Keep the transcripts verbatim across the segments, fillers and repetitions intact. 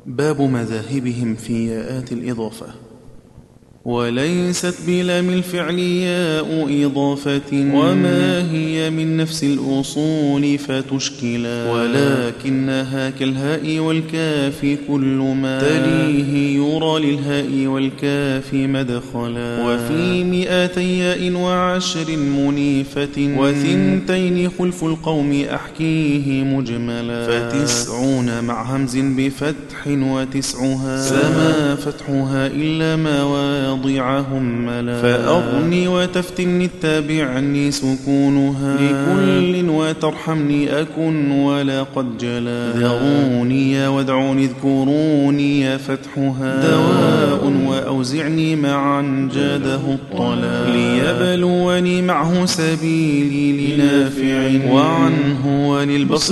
باب مذاهبهم في ياءات الإضافة. وليست بلام الفعل ياء إضافة وما هي من نفس الأصول فتشكلا، ولكنها كالهاء والكاف كل ما تليه يرى للهاء والكاف مدخلا. وفي مئتي ياء وعشر منيفة وثنتين خلف القوم أحكيه مجملا. فتسعون مع همز بفتح وتسعها سما فتحها إلا ما واضعهم ملا. فأغني وتفتني التابعني سكونها لكل وترحمني أكن ولا قد جلا. ذروني وادعوني اذكروني فتحها دواء وأوزعني معا جاده الطلا. ليبلوني معه سبيلي لنافع وعنه وللبصر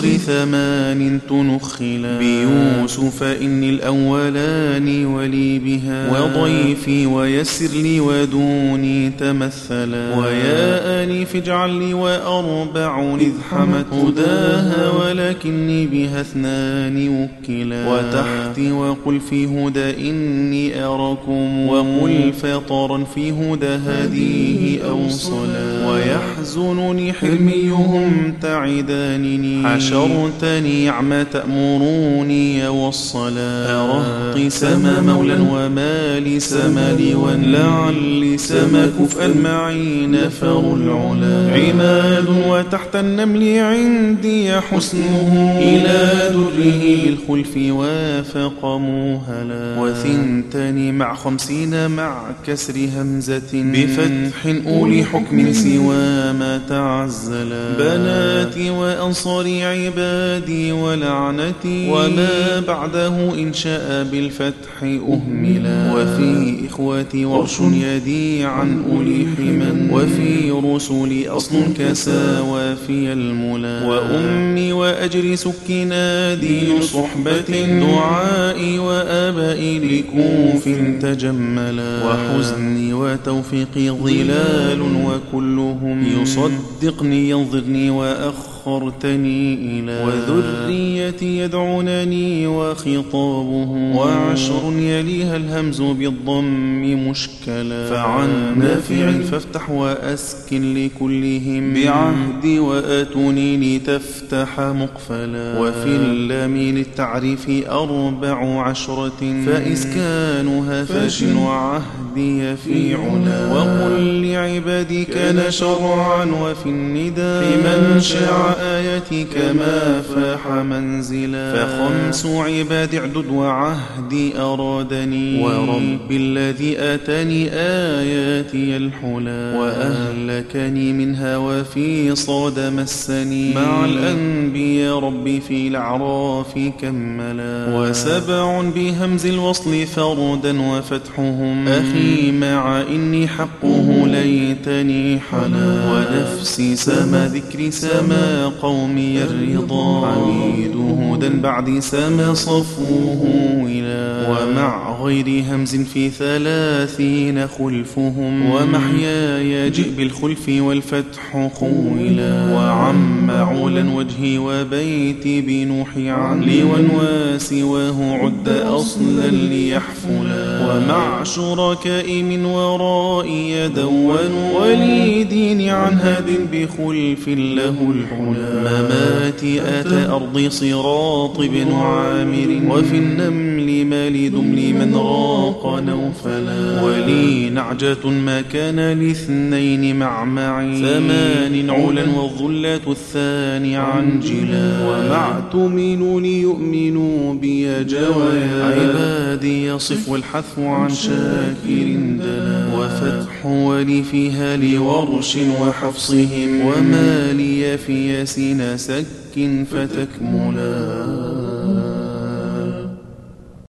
ثمان تنخلا. بيوسف إني الأولان ولي بها وضيفي ويسر لي ودوني تمثلا. ويا آنف اجعل لي وأربع إذ حمت هداها ولكني بها اثنان وكلا. وتحتي وقل في هدى إني أراكم وقل فطرا في هدى هديه أوصلا. ويحزنني حلميهم تعدانني حشرتني يعمى تأمروني وصلا. أرهط سما مولا وما لي سما لوا لعلي سما كفءا معي نفر العلا. عماد وتحت النمل عندي حسنه إلى دره الخلف وافق موهلا. وثنتان مع خمسين مع كسر همزة بفتح أولي حكم سوى ما تعزلا. بناتي وأنصاري عبادي ولعنتي وما بعده إن شاء بالفتح أهملا. وفي إخواتي ورش يدي عن أولي حما وفي رسولي أصل كسا وفي الملا. وأمي وأجري سكنادي صحبة دعائي وآبائي لكوف تجملا. وحزني وتوفيقي ظلال وكلهم يصدقني ينظرني وأخرتني إلى. وذريتي يدعونني وخطابهم وعشر يليها الهمز بالضم مشكلا. فعن نافع فافتح وأسكن لكلهم بعهدي وآتوني لتفتح مقفلا. وفي اللام للتعريف أربع عشرة فإسكانها فاشن وعهدي في علا. وقل لعبادي كان شرعا وفي النداء لمن شاع آياتي كما فاح منزلا. فخمس عباد اعدد وعهدي أرادني ورب الذي آتاني آياتي الحلا. وأهلكني منها وفي صاد مسني مع الأنبياء ربي في الأعراف كملا. وسبع بهمز الوصل فردا وفتحهم أخي مع إني حقه ليتني حلا. ونفسي سما ذكري سما قومي الرضا عميد هدى بعد سما صفوه ولا. ومع غير همز في ثلاثين خلفهم ومحياي جئ بالخلف والفتح خولا. وعم عولا وجهي وبيتي بنوح عن لي وسواه عد أصلا ليحفلا. ومع شركاء من ورائي يدونوا ولي دين عن هاد بخلف له الحلا. مماتي أتى أرضي صراط بن عامر وفي النمل مالي دملي من راق نوفلا. ولي نعجة ما كان لاثنين مع معي ثمان عولا والظلات الثاني عنجلا. ومع تؤمنون يؤمنوا بي جوايا عبادي يصف والحث عن شاكر دلا. وفتح ولي فيها لورش وحفصهم وما لي في ياسين سك فتكملا.